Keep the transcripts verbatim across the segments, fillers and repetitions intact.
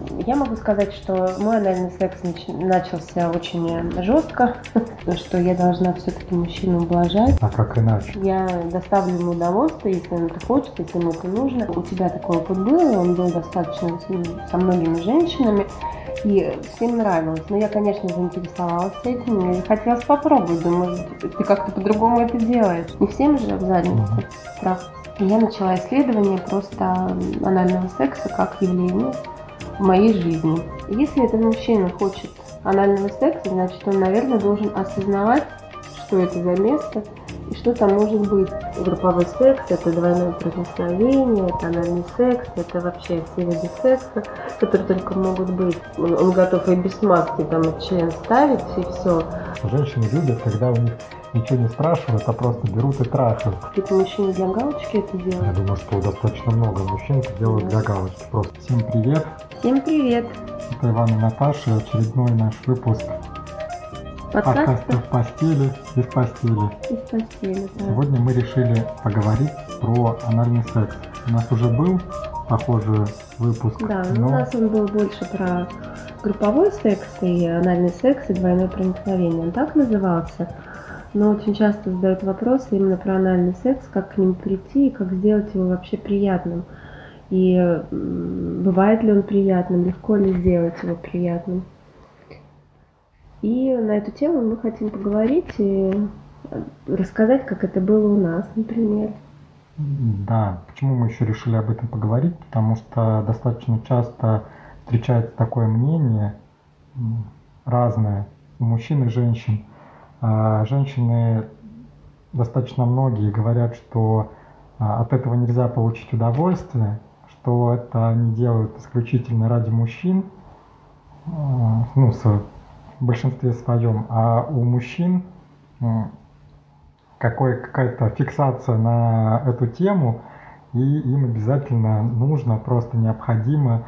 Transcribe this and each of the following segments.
Я могу сказать, что мой анальный секс начался очень жестко, что я должна все-таки мужчину ублажать. А как иначе? Я доставлю ему удовольствие, если он это хочет, если ему это нужно. У тебя такой опыт был, он был достаточно со многими женщинами, и всем нравилось. Но я, конечно, заинтересовалась этим и хотелось попробовать. Думаю, ты как-то по-другому это делаешь. Не всем же в задницу трахаться. Я начала исследование просто анального секса как явление в моей жизни. Если этот мужчина хочет анального секса, значит, он, наверное, должен осознавать, что это за место и что там может быть. Групповой секс – это двойное проникновение, это анальный секс, это вообще все виды секса, которые только могут быть. Он готов и без маски там член ставить, и все. Женщины любят, когда у них ничего не спрашивают, а просто берут и трахают. Какие-то мужчины для галочки это делают? Я думаю, что достаточно много мужчин это делают для галочки. Просто всем привет. Всем привет. Это Иван и Наташа, очередной наш выпуск подкаста «В постели, без постели». Без постели, да. Сегодня мы решили поговорить про анальный секс. У нас уже был похожий выпуск. Да, но... у нас он был больше про групповой секс и анальный секс и двойное проникновение. Он так назывался. Но очень часто задают вопросы именно про анальный секс, как к нему прийти и как сделать его вообще приятным. И бывает ли он приятным, легко ли сделать его приятным. И на эту тему мы хотим поговорить и рассказать, как это было у нас, например. Да, почему мы еще решили об этом поговорить? Потому что достаточно часто встречается такое мнение, разное, у мужчин и женщин. Женщины, достаточно многие говорят, что от этого нельзя получить удовольствие, что это они делают исключительно ради мужчин, ну, в большинстве своем, а у мужчин какой, какая-то фиксация на эту тему, и им обязательно нужно, просто необходимо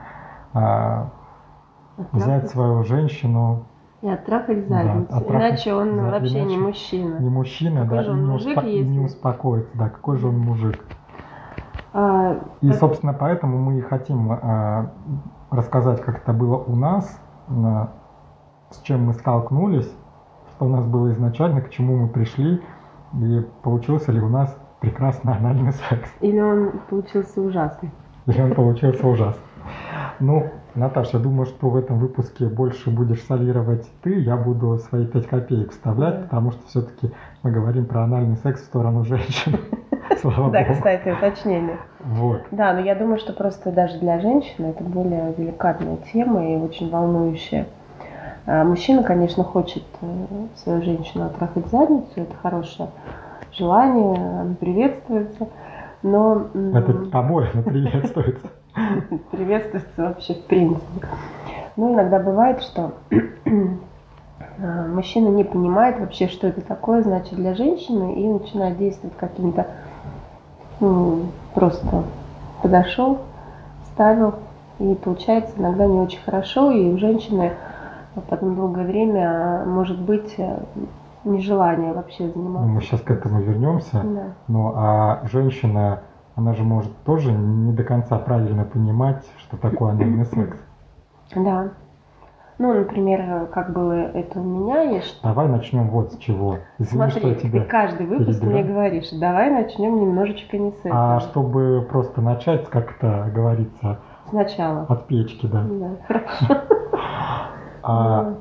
взять свою женщину и оттрахать задницу, да, оттрахать, иначе он да, вообще иначе не мужчина. Не мужчина, какой да, же он и, мужик, успо- если... и не успокоится, да, какой же он мужик. А, и, как... собственно, поэтому мы и хотим а, рассказать, как это было у нас, а, с чем мы столкнулись, что у нас было изначально, к чему мы пришли, и получился ли у нас прекрасный анальный секс. Или он получился ужасный. Или он получился ужасный. Ну, Наташа, я думаю, что в этом выпуске больше будешь солировать ты, я буду свои пять копеек вставлять, да. Потому что все-таки мы говорим про анальный секс в сторону женщин. Слава да, Богу. Кстати, уточнение. Вот. Да, но я думаю, что просто даже для женщины это более деликатная тема и очень волнующая. Мужчина, конечно, хочет свою женщину оттрахать задницу, это хорошее желание, оно приветствуется, но... Это по-моему приветствуется. Приветствуется вообще в принципе. Но иногда бывает, что мужчина не понимает вообще, что это такое значит для женщины, и начинает действовать каким-то, ну, просто подошел, ставил, и получается иногда не очень хорошо, и у женщины потом долгое время может быть нежелание вообще заниматься. Мы сейчас к этому вернемся, да. Ну а женщина, она же может тоже не до конца правильно понимать, что такое анальный секс. Да. Ну, например, как было это у меня. Я... Давай начнем вот с чего. Извини, Смотри, что я тебя ты каждый выпуск перебираю. мне говоришь, давай начнем немножечко не с этого. А чтобы просто начать, как это говорится, сначала. От печки, да. Да, хорошо. А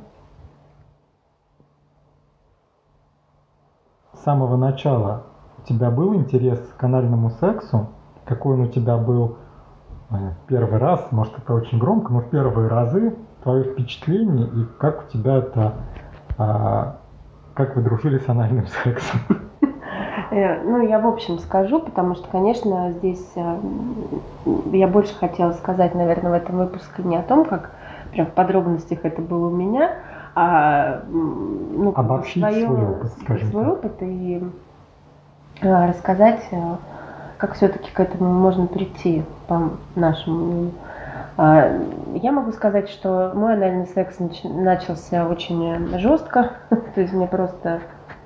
с самого начала у тебя был интерес к анальному сексу? Какой он у тебя был первый раз? Может, это очень громко, но в первые разы твое впечатление и как у тебя это, а, как вы дружили с анальным сексом? Ну, я в общем скажу, потому что, конечно, здесь я больше хотела сказать, наверное, в этом выпуске не о том, как прям в подробностях это было у меня, а ну, обобщить свой, свой опыт, скажем свой так. опыт и рассказать, как все-таки к этому можно прийти, по нашему. Я могу сказать, что мой анальный секс начался очень жестко, то есть мне просто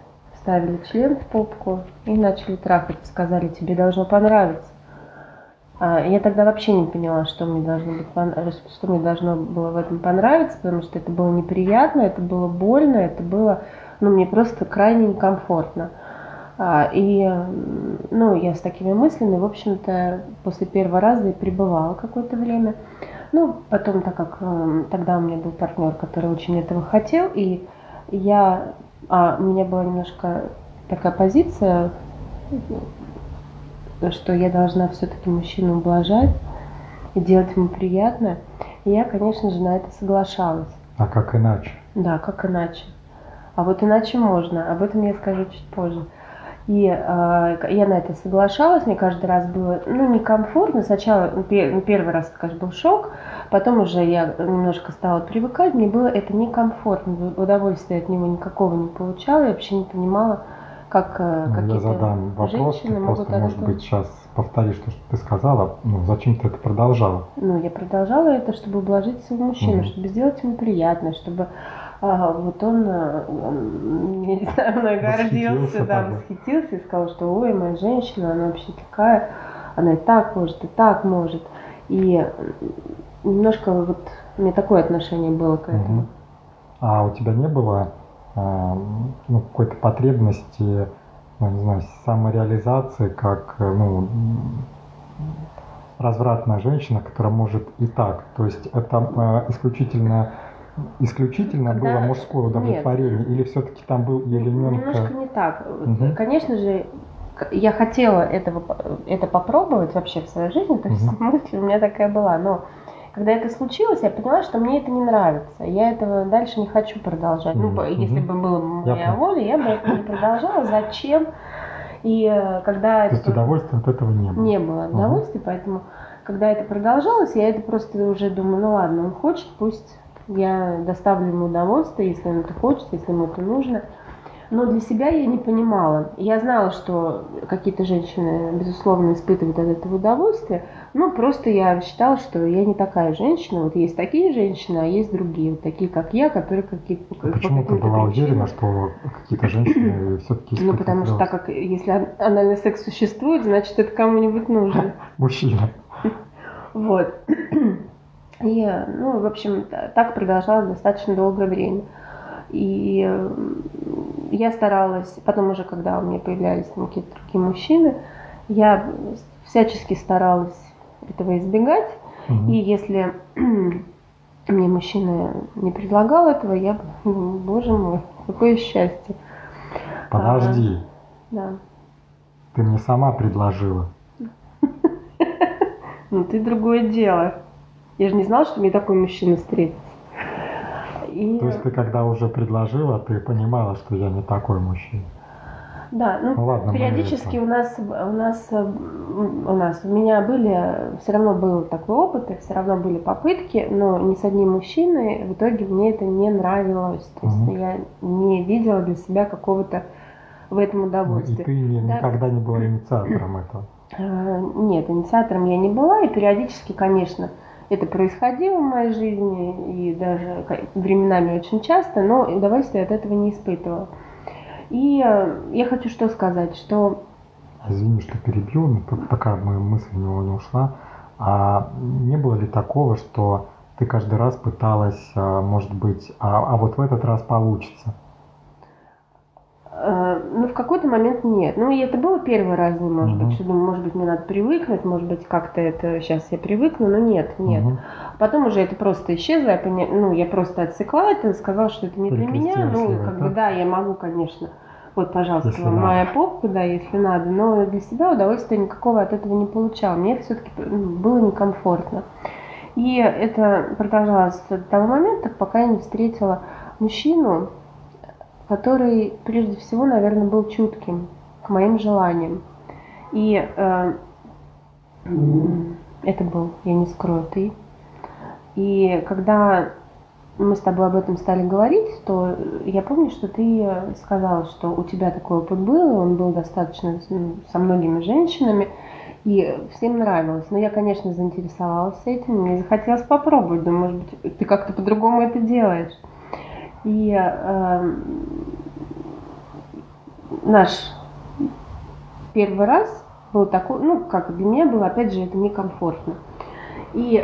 ставили член в попку и начали трахать, сказали, тебе должно понравиться. А, Я тогда вообще не поняла, что мне должно быть, пон- что мне должно было в этом понравиться, потому что это было неприятно, это было больно, это было, ну, мне просто крайне некомфортно. А, И, м, ну, я с такими мыслями, в общем-то, после первого раза и пребывала какое-то время. Ну, потом, так как м, тогда у меня был партнер, который очень этого хотел, и я, а у меня была немножко такая позиция, что я должна все-таки мужчину ублажать и делать ему приятно. И я, конечно же, на это соглашалась. А как иначе? Да, как иначе? А вот иначе можно. Об этом я скажу чуть позже. И э, я на это соглашалась, мне каждый раз было, ну, некомфортно. Сначала, ну, пе- ну, первый раз, конечно, был шок, потом уже я немножко стала привыкать, мне было это некомфортно, удовольствия от него никакого не получала, я вообще не понимала, как э, Ну, я какие-то задам вопрос, ты женщины могут просто, от может этого... быть, сейчас повторишь то, что ты сказала. Ну, зачем ты это продолжала? Ну, я продолжала это, чтобы ублажить своего мужчину, Мгм. чтобы сделать ему приятно, чтобы а, вот он, а, м, я не знаю, мной гордился, Восхитился да, тобой. восхитился и сказал, что ой, моя женщина, она вообще такая, она и так может, и так может. И м, немножко вот у меня такое отношение было к этому. Мгм. А у тебя не было а, ну, какой-то потребности, ну, не знаю, самореализации, как э, ну, м, развратная женщина, которая может и так? То есть это э, исключительно, исключительно Когда- было мужское удовлетворение, или все-таки там был элемент... Немножко не так. Мгм. Конечно же, к- я хотела этого, по- это попробовать вообще в своей жизни, то есть Мгм. мысль у меня такая была, но когда это случилось, я поняла, что мне это не нравится, я этого дальше не хочу продолжать. Ну, Мгм. по- если Мгм. бы была Я моя понял. воля, я бы это не продолжала. Зачем? И э, когда То это есть про- удовольствия от этого не было? не было Мгм. удовольствия, поэтому когда это продолжалось, я это просто уже думаю, ну ладно, он хочет, пусть я доставлю ему удовольствие, если ему это хочется, если ему это нужно. Но для себя я не понимала. Я знала, что какие-то женщины, безусловно, испытывают от этого удовольствие, но просто я считала, что я не такая женщина. Вот есть такие женщины, а есть другие, вот такие, как я, которые какие-то... А почему ты была уверена, что какие-то женщины все-таки испытывают? Ну, потому что так как, если ан- анальный секс существует, значит, это кому-нибудь нужно. Мужчина. Вот. И, ну, в общем, та- так продолжалось достаточно долгое время. И э, я старалась, потом уже, когда у меня появлялись там какие-то другие мужчины, я всячески старалась этого избегать. Мгм. И если мне мужчина не предлагал этого, я бы, ну, боже мой, какое счастье. Подожди, Да. ты мне сама предложила. Ну, ты другое дело. Я же не знала, что мне такой мужчина встретится. И... То есть ты когда уже предложила, ты понимала, что я не такой мужчина. Да, ну, Ну ладно, мы периодически это- у нас, у нас, э, у нас, у меня были, все равно был такой опыт, и все равно были попытки, но ни с одним мужчиной в итоге мне это не нравилось. То есть Мгм. я не видела для себя какого-то в этом Ну, и удовольствия. ты не- Да. никогда не была инициатором этого. Э, Нет, инициатором я не была, и периодически, конечно, это происходило в моей жизни, и даже ка- временами очень часто, но удовольствия от этого не испытывала. И э, я хочу что сказать, что Извини, что перебью, но п- пока моя мысль в него не ушла. А не было ли такого, что ты каждый раз пыталась, а, может быть, а, а вот в этот раз получится? Э, Ну, в какой-то момент нет. Ну, и это было первый раз, может Мгм. быть, что думаю, может быть, мне надо привыкнуть, может быть, как-то это сейчас я привыкну, но нет, нет. Мгм. Потом уже это просто исчезло, я поня... ну, я просто отсекла это, сказала, что это не для меня. Перекрестилась Ну, я в как это. бы, да, я могу, конечно, вот, пожалуйста, Если моя надо. попка, да, если надо, но для себя удовольствия никакого от этого не получала. Мне это все-таки было некомфортно. И это продолжалось до того момента, пока я не встретила мужчину, который прежде всего, наверное, был чутким к моим желаниям. И э, м, это был, я не скрою, ты. И когда мы с тобой об этом стали говорить, то я помню, что ты сказала, что у тебя такой опыт был, и он был достаточно м, со многими женщинами, и всем нравилось. Но я, конечно, заинтересовалась этим, мне захотелось попробовать, думаю, может быть, ты как-то по-другому это делаешь. И э, наш первый раз было такое, ну, как для меня было, опять же, это некомфортно. И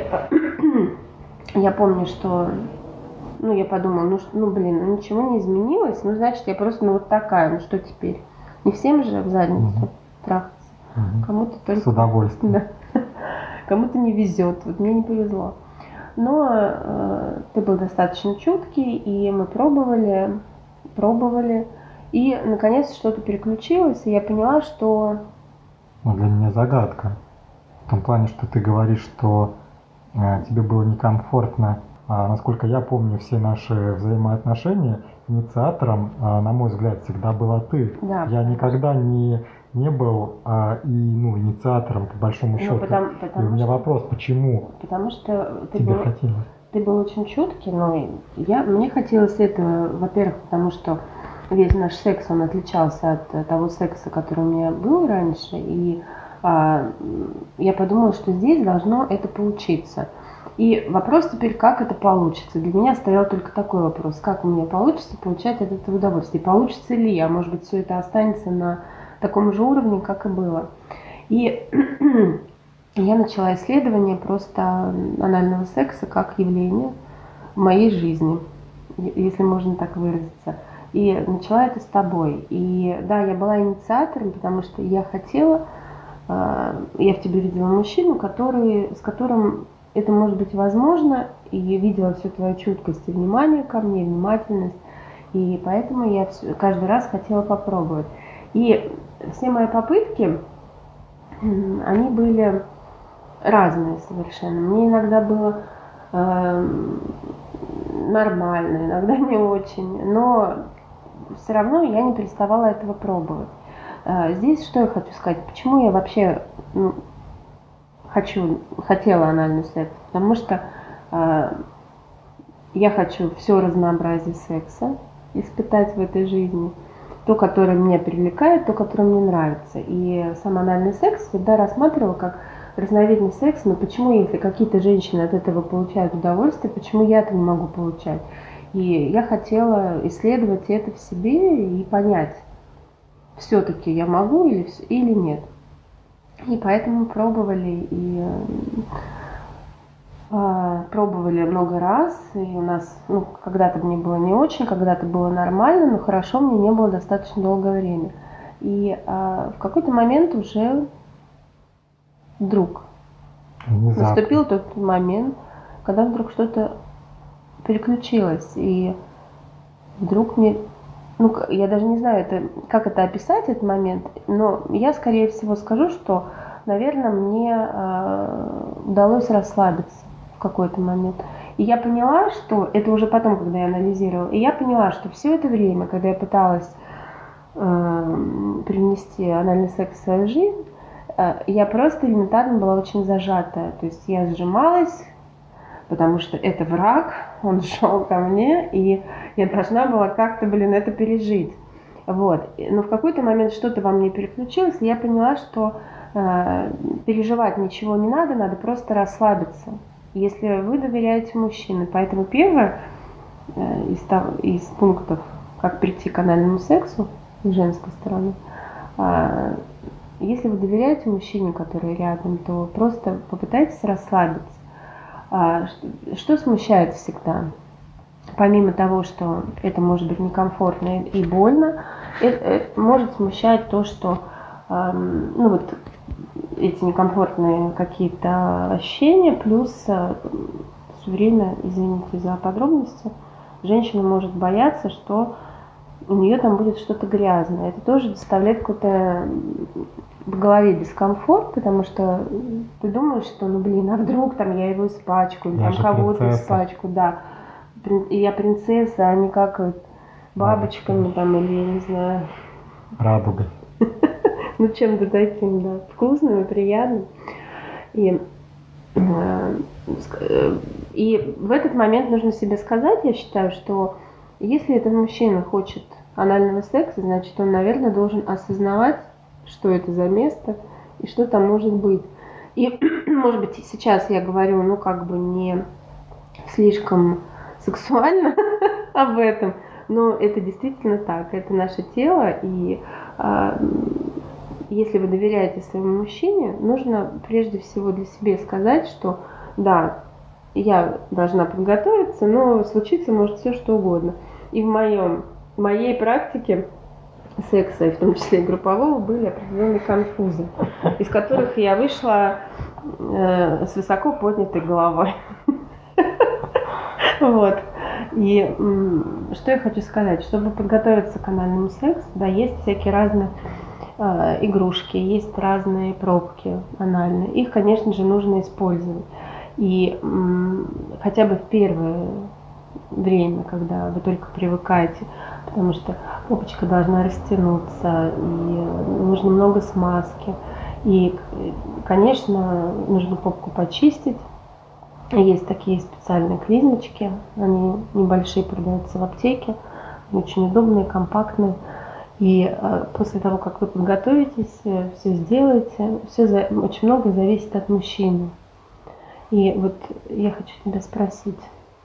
я помню, что, ну, я подумала, ну, ну, блин, ну, ничего не изменилось, ну, значит, я просто, ну, вот такая, ну, что теперь? Не всем же в задницу угу. трахаться, угу. кому-то только... С удовольствием. Да. Кому-то не везет, вот мне не повезло. Но э, ты был достаточно чуткий, и мы пробовали, пробовали, и, наконец, что-то переключилось, и я поняла, что... Ну, для меня загадка. В том плане, что ты говоришь, что э, тебе было некомфортно. А, насколько я помню, все наши взаимоотношения, инициатором, а, на мой взгляд, всегда была ты. Да, я никогда не, не был а, и, ну, инициатором, по большому счету. Потому, потому и у меня что, вопрос, почему потому что ты тебе был, хотелось? Ты был очень чуткий, но я, мне хотелось этого, во-первых, потому что весь наш секс, он отличался от того секса, который у меня был раньше, и а, я подумала, что здесь должно это получиться. И вопрос теперь, как это получится. Для меня стоял только такой вопрос, как у меня получится получать от этого удовольствие. Получится ли, а может быть все это останется на таком же уровне, как и было. И я начала исследование просто анального секса как явление в моей жизни, если можно так выразиться. И начала это с тобой. И да, я была инициатором, потому что я хотела, я в тебе видела мужчину, который, с которым это может быть возможно, и я видела всю твою чуткость и внимание ко мне, внимательность, и поэтому я каждый раз хотела попробовать. И все мои попытки, они были разные совершенно. Мне иногда было э, нормально, иногда не очень, но все равно я не переставала этого пробовать. Э, здесь что я хочу сказать? Почему я вообще ну, хочу, хотела анальный секс? Потому что э, я хочу все разнообразие секса испытать в этой жизни. То, которое меня привлекает, то, которое мне нравится. И сам анальный секс всегда рассматривала как разновидность секса, но почему, если какие-то женщины от этого получают удовольствие, почему я это не могу получать? И я хотела исследовать это в себе и понять, все-таки я могу или, или нет. И поэтому пробовали и э, пробовали много раз, и у нас, ну, когда-то мне было не очень, когда-то было нормально, но хорошо мне не было достаточно долгое время. И э, в какой-то момент уже вдруг Внезапно. наступил тот момент, когда вдруг что-то переключилось, и вдруг мне, ну, я даже не знаю, это, как это описать, этот момент, но я, скорее всего, скажу, что, наверное, мне э, удалось расслабиться в какой-то момент. И я поняла, что, это уже потом, когда я анализировала, и я поняла, что все это время, когда я пыталась э, привнести анальный секс в свою жизнь, я просто элементарно была очень зажатая. То есть я сжималась, потому что это враг, он шел ко мне, и я должна была как-то, блин, это пережить. Вот. Но в какой-то момент что-то во мне переключилось, и я поняла, что э, переживать ничего не надо, надо просто расслабиться, если вы доверяете мужчине. Поэтому первое э, из, из пунктов, как прийти к анальному сексу с женской стороны, э, если вы доверяете мужчине, который рядом, то просто попытайтесь расслабиться. Что смущает всегда? Помимо того, что это может быть некомфортно и больно, это может смущать то, что ну, вот, эти некомфортные какие-то ощущения, плюс все время, извините за подробности, женщина может бояться, что у нее там будет что-то грязное. Это тоже доставляет какой-то в голове дискомфорт, потому что ты думаешь, что, ну блин, а вдруг там я его испачкаю, там кого-то испачкаю, да. И я принцесса, а не как бабочками там, или, я не знаю. Радугой. Ну, чем-то таким, да, вкусным и приятным. И, и в этот момент нужно себе сказать, я считаю, что если этот мужчина хочет анального секса, значит, он, наверное, должен осознавать, что это за место и что там может быть. И, может быть, сейчас я говорю, ну, как бы не слишком сексуально об этом, но это действительно так. Это наше тело, и э, если вы доверяете своему мужчине, нужно прежде всего для себя сказать, что да, я должна подготовиться, но случиться может все что угодно. И в моем, в моей практике секса, и в том числе и группового, были определенные конфузы, из которых я вышла э, с высоко поднятой головой. Вот. И м, что я хочу сказать, чтобы подготовиться к анальному сексу, да, есть всякие разные э, игрушки, есть разные пробки анальные. Их, конечно же, нужно использовать. И м, хотя бы в первое время, когда вы только привыкаете, потому что попочка должна растянуться, и нужно много смазки. И, конечно, нужно попку почистить. Есть такие специальные клизмочки, они небольшие, продаются в аптеке, очень удобные, компактные. И э, после того, как вы подготовитесь, э, все сделаете, все за, очень много зависит от мужчины. И вот я хочу тебя спросить,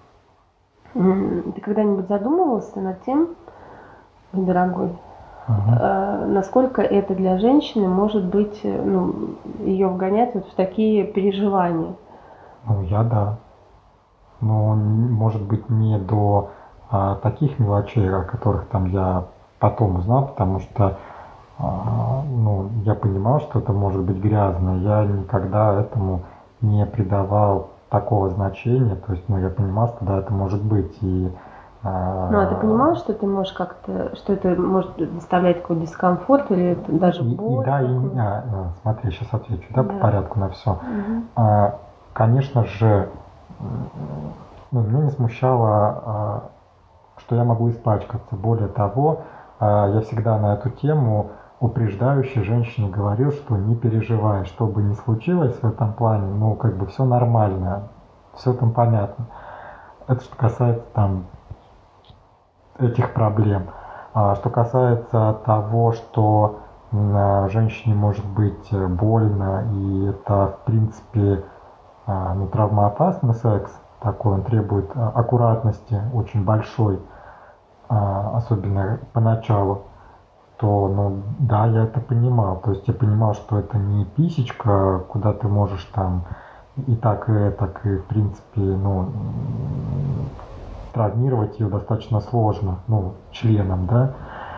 ты когда-нибудь задумывался над тем, дорогой, Ага. э, насколько это для женщины может быть, ну, ее вгонять вот в такие переживания? Ну, я да. Но, н- может быть, не до а, таких мелочей, о которых там я потом узнал, потому что а, ну, я понимал, что это может быть грязно. Я никогда этому не придавал такого значения. То есть, ну, я понимал, что да, это может быть. И, а, Ну, а ты понимал, что ты можешь как-то, что это может доставлять какой-то дискомфорт или это даже и, боль? и да, и какую-то? а, а, смотри, сейчас отвечу, да, по Да. порядку на все. Мгм. А, конечно же, м, ну, меня не смущало, а, что я могу испачкаться. Более того, а, я всегда на эту тему упреждающе женщине говорил, что не переживай, что бы ни случилось в этом плане, ну, как бы все нормально, все там понятно. Это что касается там этих проблем. А что касается того, что м, а, женщине может быть э, больно, и это, в принципе, а, ну, травмоопасный секс, такой, он требует а, аккуратности очень большой, а, особенно поначалу, то, ну, да, я это понимал. То есть я понимал, что это не писечка, куда ты можешь там и так, и так, и, в принципе, ну, м, травмировать ее достаточно сложно, ну, членом, да.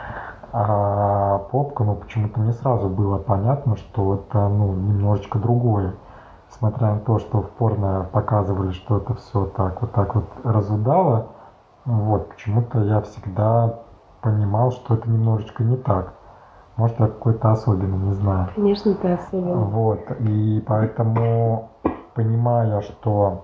А попка, ну, почему-то мне сразу было понятно, что это, ну, немножечко другое. Несмотря на то, что в порно показывали, что это все так вот так вот разудало, вот, почему-то я всегда понимал, что это немножечко не так. Может, я какой-то особенный, не знаю. Конечно, ты особенный. Вот, и поэтому, понимая, что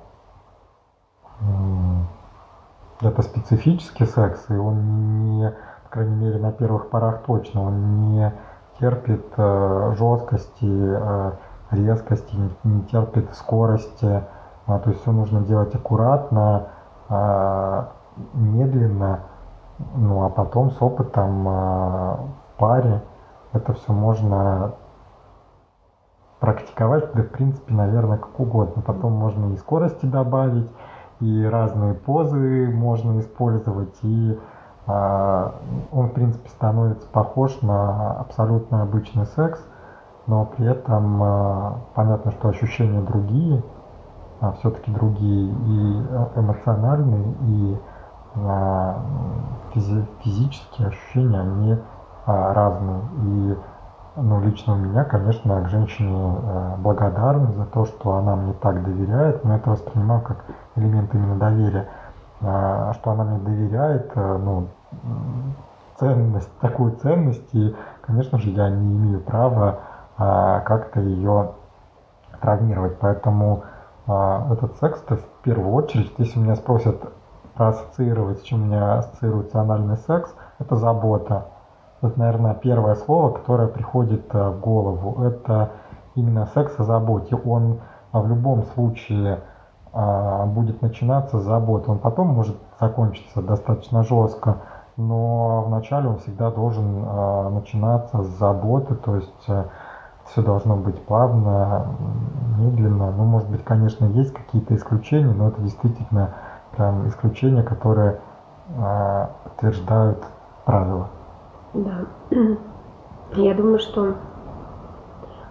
м, это специфический секс, и он не, по крайней мере, на первых порах точно, он не терпит э, жесткости, э, резкости, не, не терпит скорости. А, то есть все нужно делать аккуратно, э, медленно, ну а потом с опытом э, в паре это все можно практиковать, да, в принципе, наверное, как угодно. Потом можно и скорости добавить, и разные позы можно использовать, и а, он, в принципе, становится похож на абсолютно обычный секс, но при этом а, понятно, что ощущения другие, а, все-таки другие, и эмоциональные, и а, физи- физические ощущения, они а, разные. И ну, лично у меня, конечно, к женщине э, благодарен за то, что она мне так доверяет, но это воспринимаю как элемент именно доверия. А, что она мне доверяет, э, ну, ценность, такую ценность, и, конечно же, я не имею права а, как-то ее травмировать. Поэтому а, этот секс, то в первую очередь, если меня спросят проассоциировать, с чем у меня ассоциируется анальный секс, это забота. Это, наверное, первое слово, которое приходит в голову. Это именно секс о заботе. Он в любом случае а, будет начинаться с заботы. Он потом может закончиться достаточно жестко, но вначале он всегда должен а, начинаться с заботы, то есть а, все должно быть плавно, медленно. Ну, может быть, конечно, есть какие-то исключения, но это действительно прям исключения, которые а, подтверждают правила. Да. Я думаю, что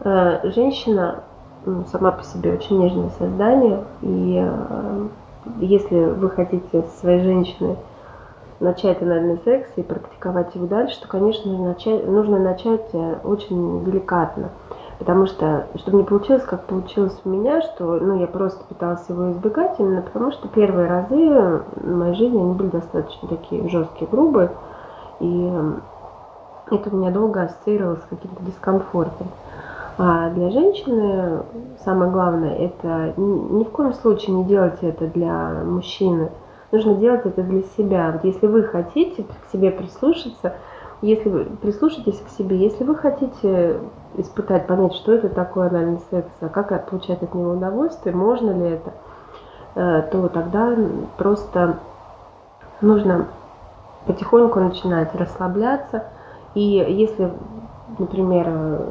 Э, Женщина м, сама по себе очень нежное создание, и э, если вы хотите со своей женщиной начать анальный секс и практиковать его дальше, то, конечно, нужно начать, нужно начать э, очень деликатно. Потому что, чтобы не получилось, как получилось у меня, что ну, я просто пыталась его избегать, именно потому что первые разы в моей жизни они были достаточно такие жесткие, грубые, и э, это у меня долго ассоциировалось с каким-то дискомфортом. А для женщины самое главное, это ни ни в коем случае не делать это для мужчины. Нужно делать это для себя. Вот если вы хотите к себе прислушаться, если вы прислушайтесь к себе, если вы хотите испытать, понять, что это такое анальный секс, а как от- получать от него удовольствие, можно ли это, э, то тогда просто нужно потихоньку начинать расслабляться. И если, например, э,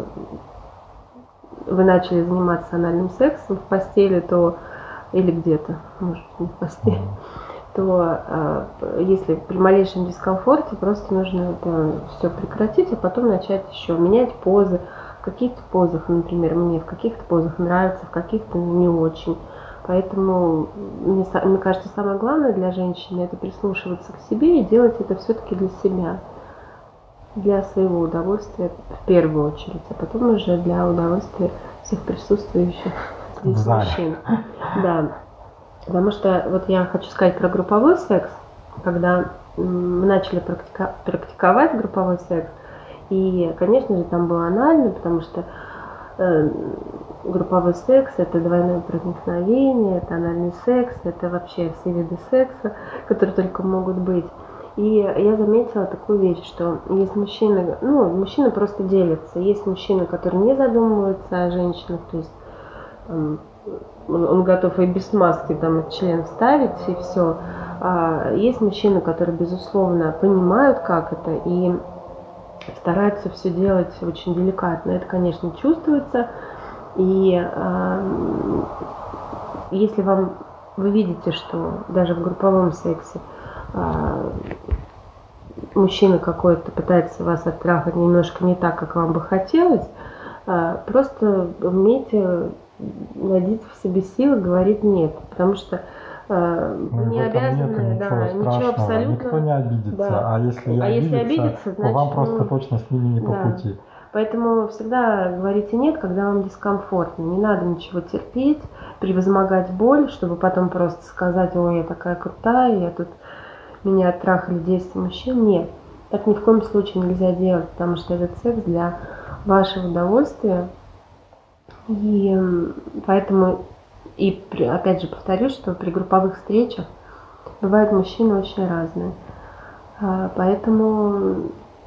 вы начали заниматься анальным сексом в постели, то или где-то, может, не в постели, Мгм. то э, если при малейшем дискомфорте, просто нужно это все прекратить, а потом начать еще менять позы. В каких-то позах, например, мне в каких-то позах нравится, в каких-то не очень. Поэтому мне, са- мне кажется, самое главное для женщины это прислушиваться к себе и делать это все-таки для себя, для своего удовольствия в первую очередь, а потом уже для удовольствия всех присутствующих В здесь зале. мужчин. Да, потому что вот я хочу сказать про групповой секс, когда м, мы начали практика- практиковать групповой секс, и, конечно же, там было анально, потому что э, групповой секс это двойное проникновение, это анальный секс, это вообще все виды секса, которые только могут быть. И я заметила такую вещь, что есть мужчины, ну, мужчины просто делятся. Есть мужчины, которые не задумываются о женщинах, то есть там, он он готов и без маски там член вставить и все. А есть мужчины, которые, безусловно, понимают, как это, и стараются все делать очень деликатно. Это, конечно, чувствуется. И а, если вам вы видите, что даже в групповом сексе а, мужчина какой-то пытается вас оттрахать немножко не так, как вам бы хотелось, а, просто умейте найдите в себе силы говорить нет, потому что а, вы Ну и в не этом нету обязаны, ничего да, ничего страшного. Никто абсолютно, не обидится. да. А если и А если обидится, обидится, то вам значит, просто ну, точно с ними не по да. пути. Поэтому всегда говорите нет, когда вам дискомфортно. Не надо ничего терпеть, превозмогать боль, чтобы потом просто сказать, ой, я такая крутая, я тут меня оттрахали десять мужчин. Нет, так ни в коем случае нельзя делать, потому что этот секс для вашего удовольствия. И м, поэтому, и при- опять же повторюсь, что при групповых встречах бывают мужчины очень разные. А, Поэтому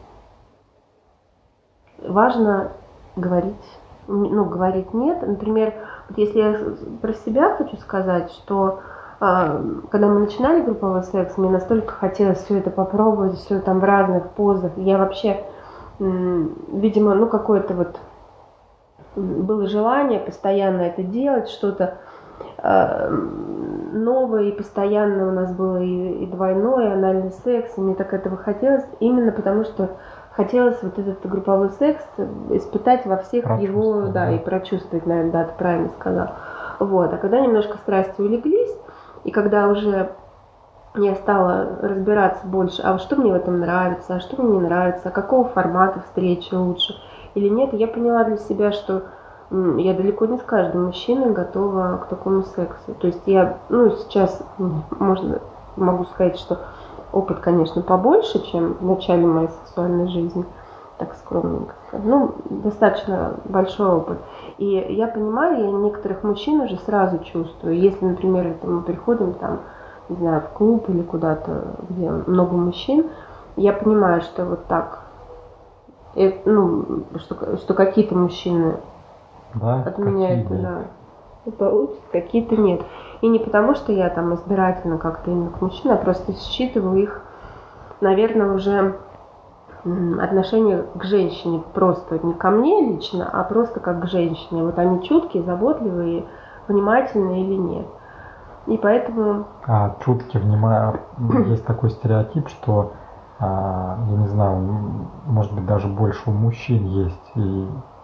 важно говорить, ну, говорить нет. Например, вот если я про себя хочу сказать, что а, когда мы начинали групповой секс, мне настолько хотелось все это попробовать, все там в разных позах. Я вообще, м, видимо, ну, какое-то вот м, было желание постоянно это делать, что-то а, новое, и постоянно у нас было и, и двойной, и анальный секс, и мне так этого хотелось, именно потому что хотелось вот этот групповой секс испытать во всех его, Прочувствовать, да, да. и прочувствовать, наверное, да, ты правильно сказал. Вот, а когда немножко страсти улеглись, и когда уже я стала разбираться больше, а вот что мне в этом нравится, а что мне не нравится, а какого формата встречи лучше или нет, я поняла для себя, что м, я далеко не с каждым мужчиной готова к такому сексу. То есть я, ну, сейчас м, можно, могу сказать, что опыт, конечно, побольше, чем в начале моей сексуальной жизни, так скромненько скажу. Ну, достаточно большой опыт. И я понимаю, я некоторых мужчин уже сразу чувствую. Если, например, это мы приходим там, не знаю, в клуб или куда-то, где много мужчин, я понимаю, что вот так, э, ну, что, что какие-то мужчины Да, от меня какие это, нет. да, получат, какие-то нет. И не потому, что я там избирательно как-то именно к мужчинам, а просто считываю их, наверное, уже м, отношение к женщине просто не ко мне лично, а просто как к женщине. Вот они чуткие, заботливые, внимательные или нет. И поэтому, А чутки внимая, есть такой стереотип, что, а, я не знаю, м, может быть, даже больше у мужчин есть. И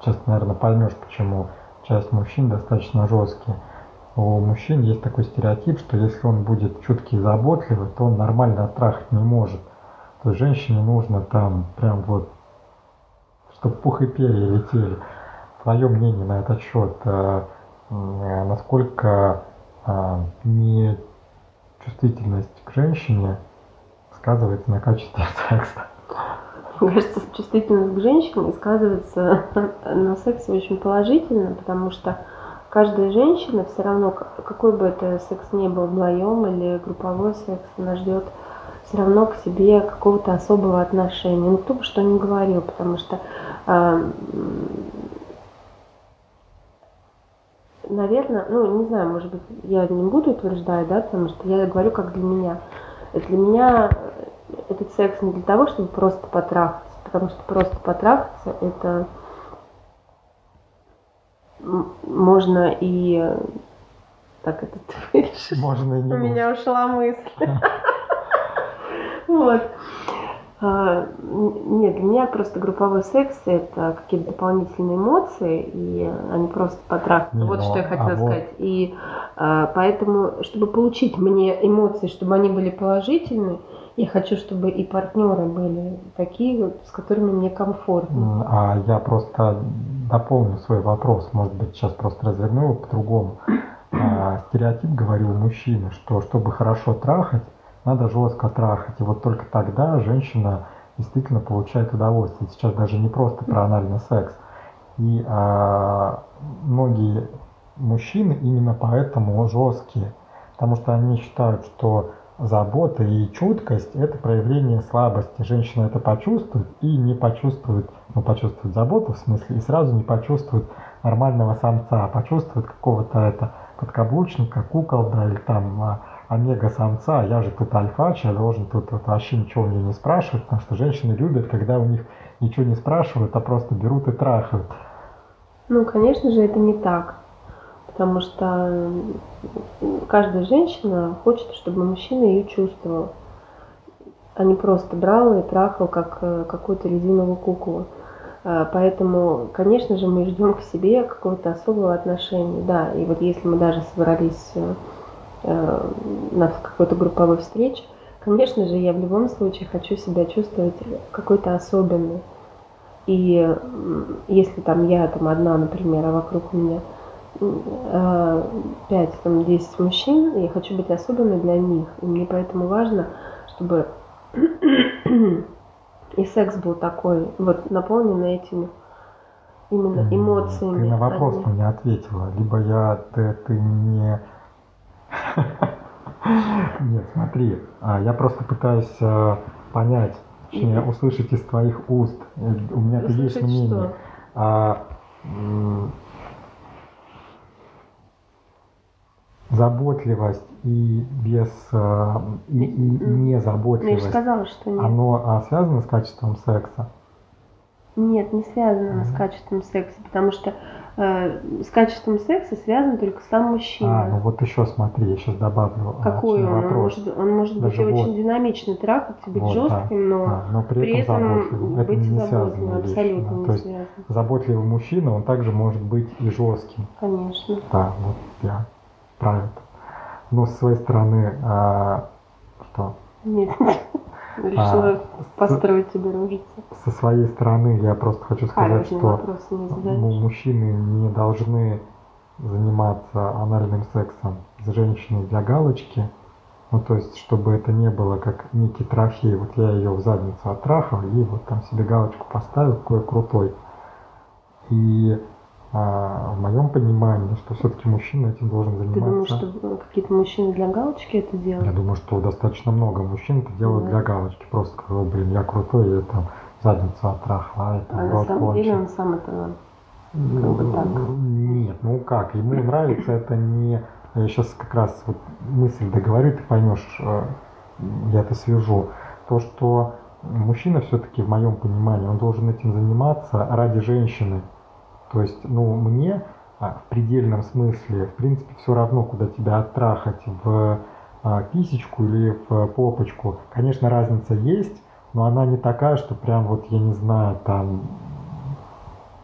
сейчас, наверное, поймешь, почему часть мужчин достаточно жесткие. У мужчин есть такой стереотип, что если он будет чуткий и заботливый, то он нормально оттрахать не может. То есть женщине нужно там прям вот, чтобы пух и перья летели. Твое мнение на этот счет, э, э, насколько э, нечувствительность к женщине сказывается на качестве секса? Мне кажется, чувствительность к женщине сказывается на сексе очень положительно, потому что каждая женщина все равно, какой бы это секс ни был, вдвоем или групповой секс, она ждет все равно к себе какого-то особого отношения. Ну, кто бы что ни говорил, потому что, э, наверное, ну, не знаю, может быть, я не буду утверждать, да, потому что я говорю, как для меня. Для меня этот секс не для того, чтобы просто потрахаться, потому что просто потрахаться это можно и... Так, это ты решишь? Можно и не У меня ушла мысль. Вот. Нет, для меня просто групповой секс – это какие-то дополнительные эмоции, и они просто потрахаться. Вот что я хотела сказать. И поэтому, чтобы получить мне эмоции, чтобы они были положительные, я хочу, чтобы и партнеры были такие, с которыми мне комфортно. А я просто дополню свой вопрос, может быть, сейчас просто разверну его по-другому. А, стереотип, говорил мужчина, что чтобы хорошо трахать, надо жестко трахать. И вот только тогда женщина действительно получает удовольствие. Сейчас даже не просто про анальный секс. И а, многие мужчины именно поэтому жесткие. Потому что они считают, что забота и чуткость – это проявление слабости. Женщина это почувствует и не почувствует, ну, почувствует заботу в смысле, и сразу не почувствует нормального самца, а почувствует какого-то это подкаблучника, куколда или там омега-самца, а я же тут альфач, я должен тут вот вообще ничего у нее не спрашивать, потому что женщины любят, когда у них ничего не спрашивают, а просто берут и трахают. Ну, конечно же, это не так. Потому что каждая женщина хочет, чтобы мужчина ее чувствовал, а не просто брал и трахал, как какую-то резиновую куклу. Поэтому, конечно же, мы ждем к себе какого-то особого отношения. Да, и вот если мы даже собрались на какой-то групповой встрече, конечно же, я в любом случае хочу себя чувствовать какой-то особенной. И если там я там одна, например, а вокруг меня пять-десять мужчин, я хочу быть особенной для них. И мне поэтому важно, чтобы и секс был такой, вот наполненный этими именно эмоциями. Ты на вопрос мне не ответила. Либо я, ты, ты не... Нет, смотри, я просто пытаюсь понять, точнее, услышать из твоих уст. У меня ты есть мнение. Заботливость и без и, и незаботливость, я же сказала, что нет. Оно а, связано с качеством секса? Нет, не связано mm-hmm. с качеством секса, потому что э, с качеством секса связан только сам мужчина. А, ну вот еще смотри, я сейчас добавлю. Какой он? Вопрос. Он может, он может быть Даже очень вот. динамичный, трахать, быть вот, жестким, да. но, а, но при, при этом, этом заботливым. быть Это не заботливым, абсолютно да. не То есть связано. Заботливый мужчина, он также может быть и жестким. Конечно. Да, вот я про это. Но с своей стороны, а, что? Нет, решила а, построить с, тебе рожицу. Со своей стороны я просто хочу сказать, Хороший что ну, мужчины не должны заниматься анальным сексом с женщиной для галочки. Ну, то есть, чтобы это не было как некий трофей. Вот я ее в задницу оттрахал и вот там себе галочку поставил, какой я крутой. И а, в моем понимании, что все-таки мужчина этим должен заниматься. Ты думаешь, что какие-то мужчины для галочки это делают? Я думаю, что достаточно много мужчин это делают да. для галочки. Просто сказал, блин, я крутой, я там задницу оттрахал, а это а на самом деле он сам это как бы так. Нет, ну как, ему нравится это не... Я сейчас как раз вот мысль договорю, ты поймешь, я это свяжу. То, что мужчина все-таки в моем понимании, он должен этим заниматься ради женщины. То есть, ну, мне в предельном смысле, в принципе, все равно, куда тебя оттрахать, в писечку или в попочку. Конечно, разница есть, но она не такая, что прям вот, я не знаю, там...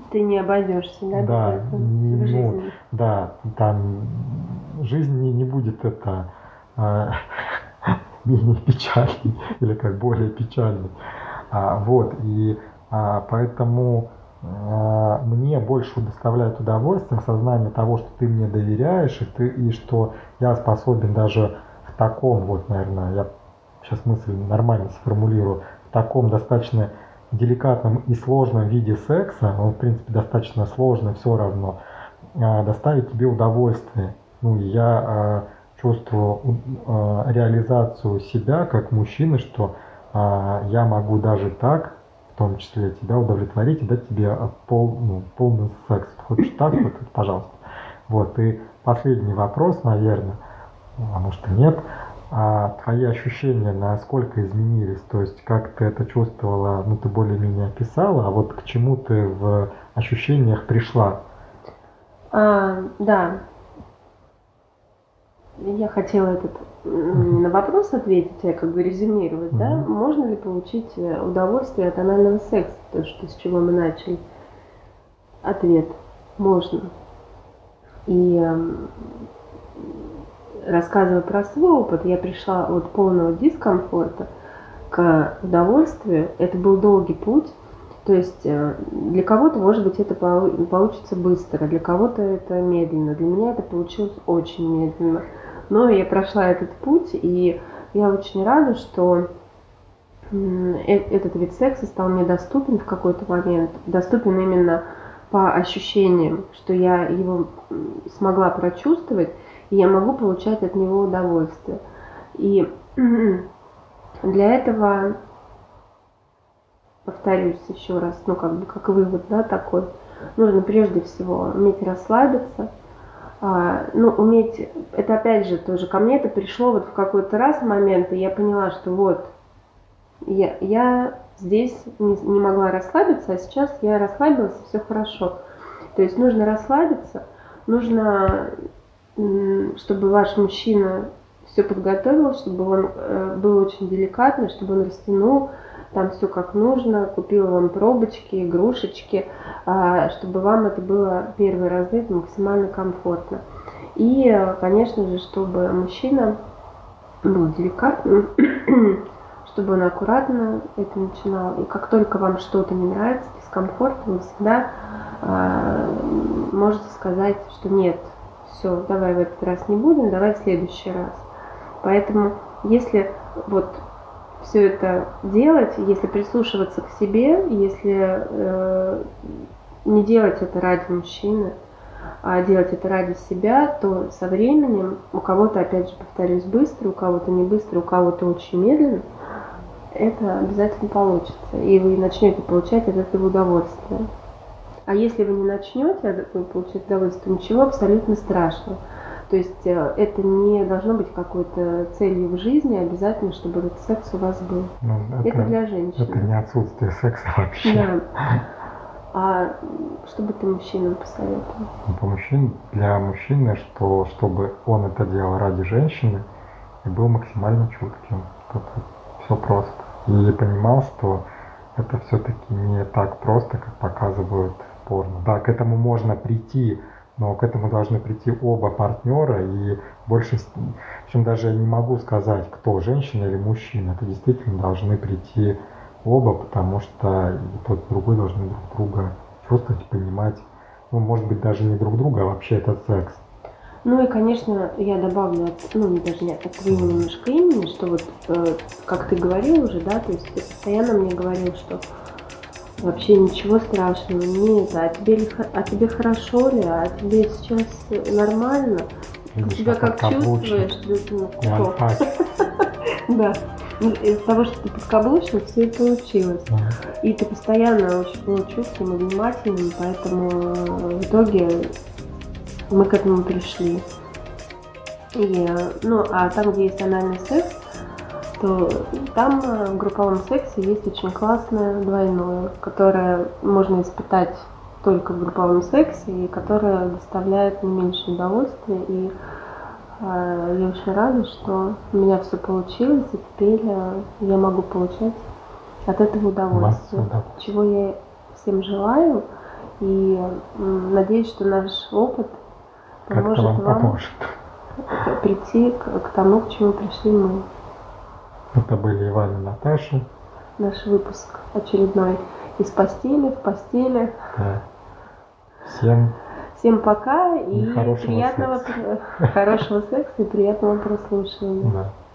Ты не обойдешься, да? Да, без этого не, в ну, жизни. да, там жизнь не, не будет это а, менее печальной или как более печальной. А, вот, и а, поэтому а, мне больше доставляет удовольствие осознание того, что ты мне доверяешь, и, ты, и что я способен даже в таком, вот, наверное, я сейчас мысль нормально сформулирую, в таком достаточно деликатном и сложном виде секса, он, в принципе, достаточно сложный, все равно, а, доставить тебе удовольствие. Ну, и я а, чувствую а, реализацию себя как мужчины, что а, я могу даже так, в том числе тебя удовлетворить и дать тебе пол, ну, полный секс. Хочешь так, вот, пожалуйста. Вот, и последний вопрос, наверное, а может и нет. А твои ощущения насколько изменились? То есть как ты это чувствовала, ну ты более-менее описала, а вот к чему ты в ощущениях пришла? А, да, я хотела этот на вопрос ответить, а как бы резюмировать, mm-hmm. да? Можно ли получить удовольствие от анального секса? То, что, с чего мы начали. Ответ – можно. И рассказывая про свой опыт, я пришла от полного дискомфорта к удовольствию. Это был долгий путь. То есть для кого-то, может быть, это получится быстро, для кого-то это медленно. Для меня это получилось очень медленно. Но я прошла этот путь, и я очень рада, что этот вид секса стал мне доступен в какой-то момент. Доступен именно по ощущениям, что я его смогла прочувствовать, и я могу получать от него удовольствие. И для этого, повторюсь еще раз, ну как бы как вывод, да, такой, нужно прежде всего уметь расслабиться, а, ну уметь, это опять же тоже ко мне это пришло вот в какой-то раз момент, и я поняла, что вот я, я здесь не, не могла расслабиться, а сейчас я расслабилась, и все хорошо. То есть нужно расслабиться, нужно, чтобы ваш мужчина все подготовил, чтобы он э, был очень деликатный, чтобы он растянул там все как нужно, купил вам пробочки, игрушечки, э, чтобы вам это было первый раз это максимально комфортно. И, конечно же, чтобы мужчина был деликатным, чтобы он аккуратно это начинал. И как только вам что-то не нравится, дискомфорт, вы всегда э, можете сказать, что нет, все, давай в этот раз не будем, давай в следующий раз. Поэтому, если вот все это делать, если прислушиваться к себе, если э, не делать это ради мужчины, а делать это ради себя, то со временем у кого-то, опять же, повторюсь, быстро, у кого-то не быстро, у кого-то очень медленно, это обязательно получится, и вы начнете получать от этого удовольствие. А если вы не начнете получать удовольствие, ничего абсолютно страшного. То есть это не должно быть какой-то целью в жизни, обязательно, чтобы этот секс у вас был. Ну, это, это для женщин. Это не отсутствие секса вообще. Да. А что бы ты мужчинам посоветовал? По мужчин, для мужчины, что чтобы он это делал ради женщины и был максимально чутким. Все просто. И понимал, что это все-таки не так просто, как показывают в порно. Да, к этому можно прийти, но к этому должны прийти оба партнера, и больше, в общем, даже я не могу сказать, кто, женщина или мужчина. Это действительно должны прийти оба, потому что и тот, и другой должны друг друга чувствовать, понимать, ну, может быть, даже не друг друга, а вообще это секс. Ну и, конечно, я добавлю, ну, не даже нет, от твоего немножко имени, что вот, э, как ты говорил уже, да, то есть ты постоянно мне говорил, что вообще ничего страшного нет, а тебе, а тебе хорошо ли, а тебе сейчас нормально, ты себя как чувствуешь? Да, из того, что ты подкаблучник, все и получилось. И ты постоянно очень был чувством и внимательным, поэтому в итоге мы к этому пришли. И, ну, а там, где есть анальный секс, то там в групповом сексе есть очень классное двойное, которое можно испытать только в групповом сексе и которое доставляет не меньше удовольствия. И э, я очень рада, что у меня все получилось, и теперь э, я могу получать от этого удовольствие, чего я всем желаю. И м, надеюсь, что наш опыт Как-то поможет вам вам поможет. прийти к, к тому, к чему пришли мы. Это были Иван и Наташа. Наш выпуск очередной из постели в постели. Да. Всем, Всем пока и и хорошего приятного секса. пр- хорошего секса и приятного прослушивания. Да.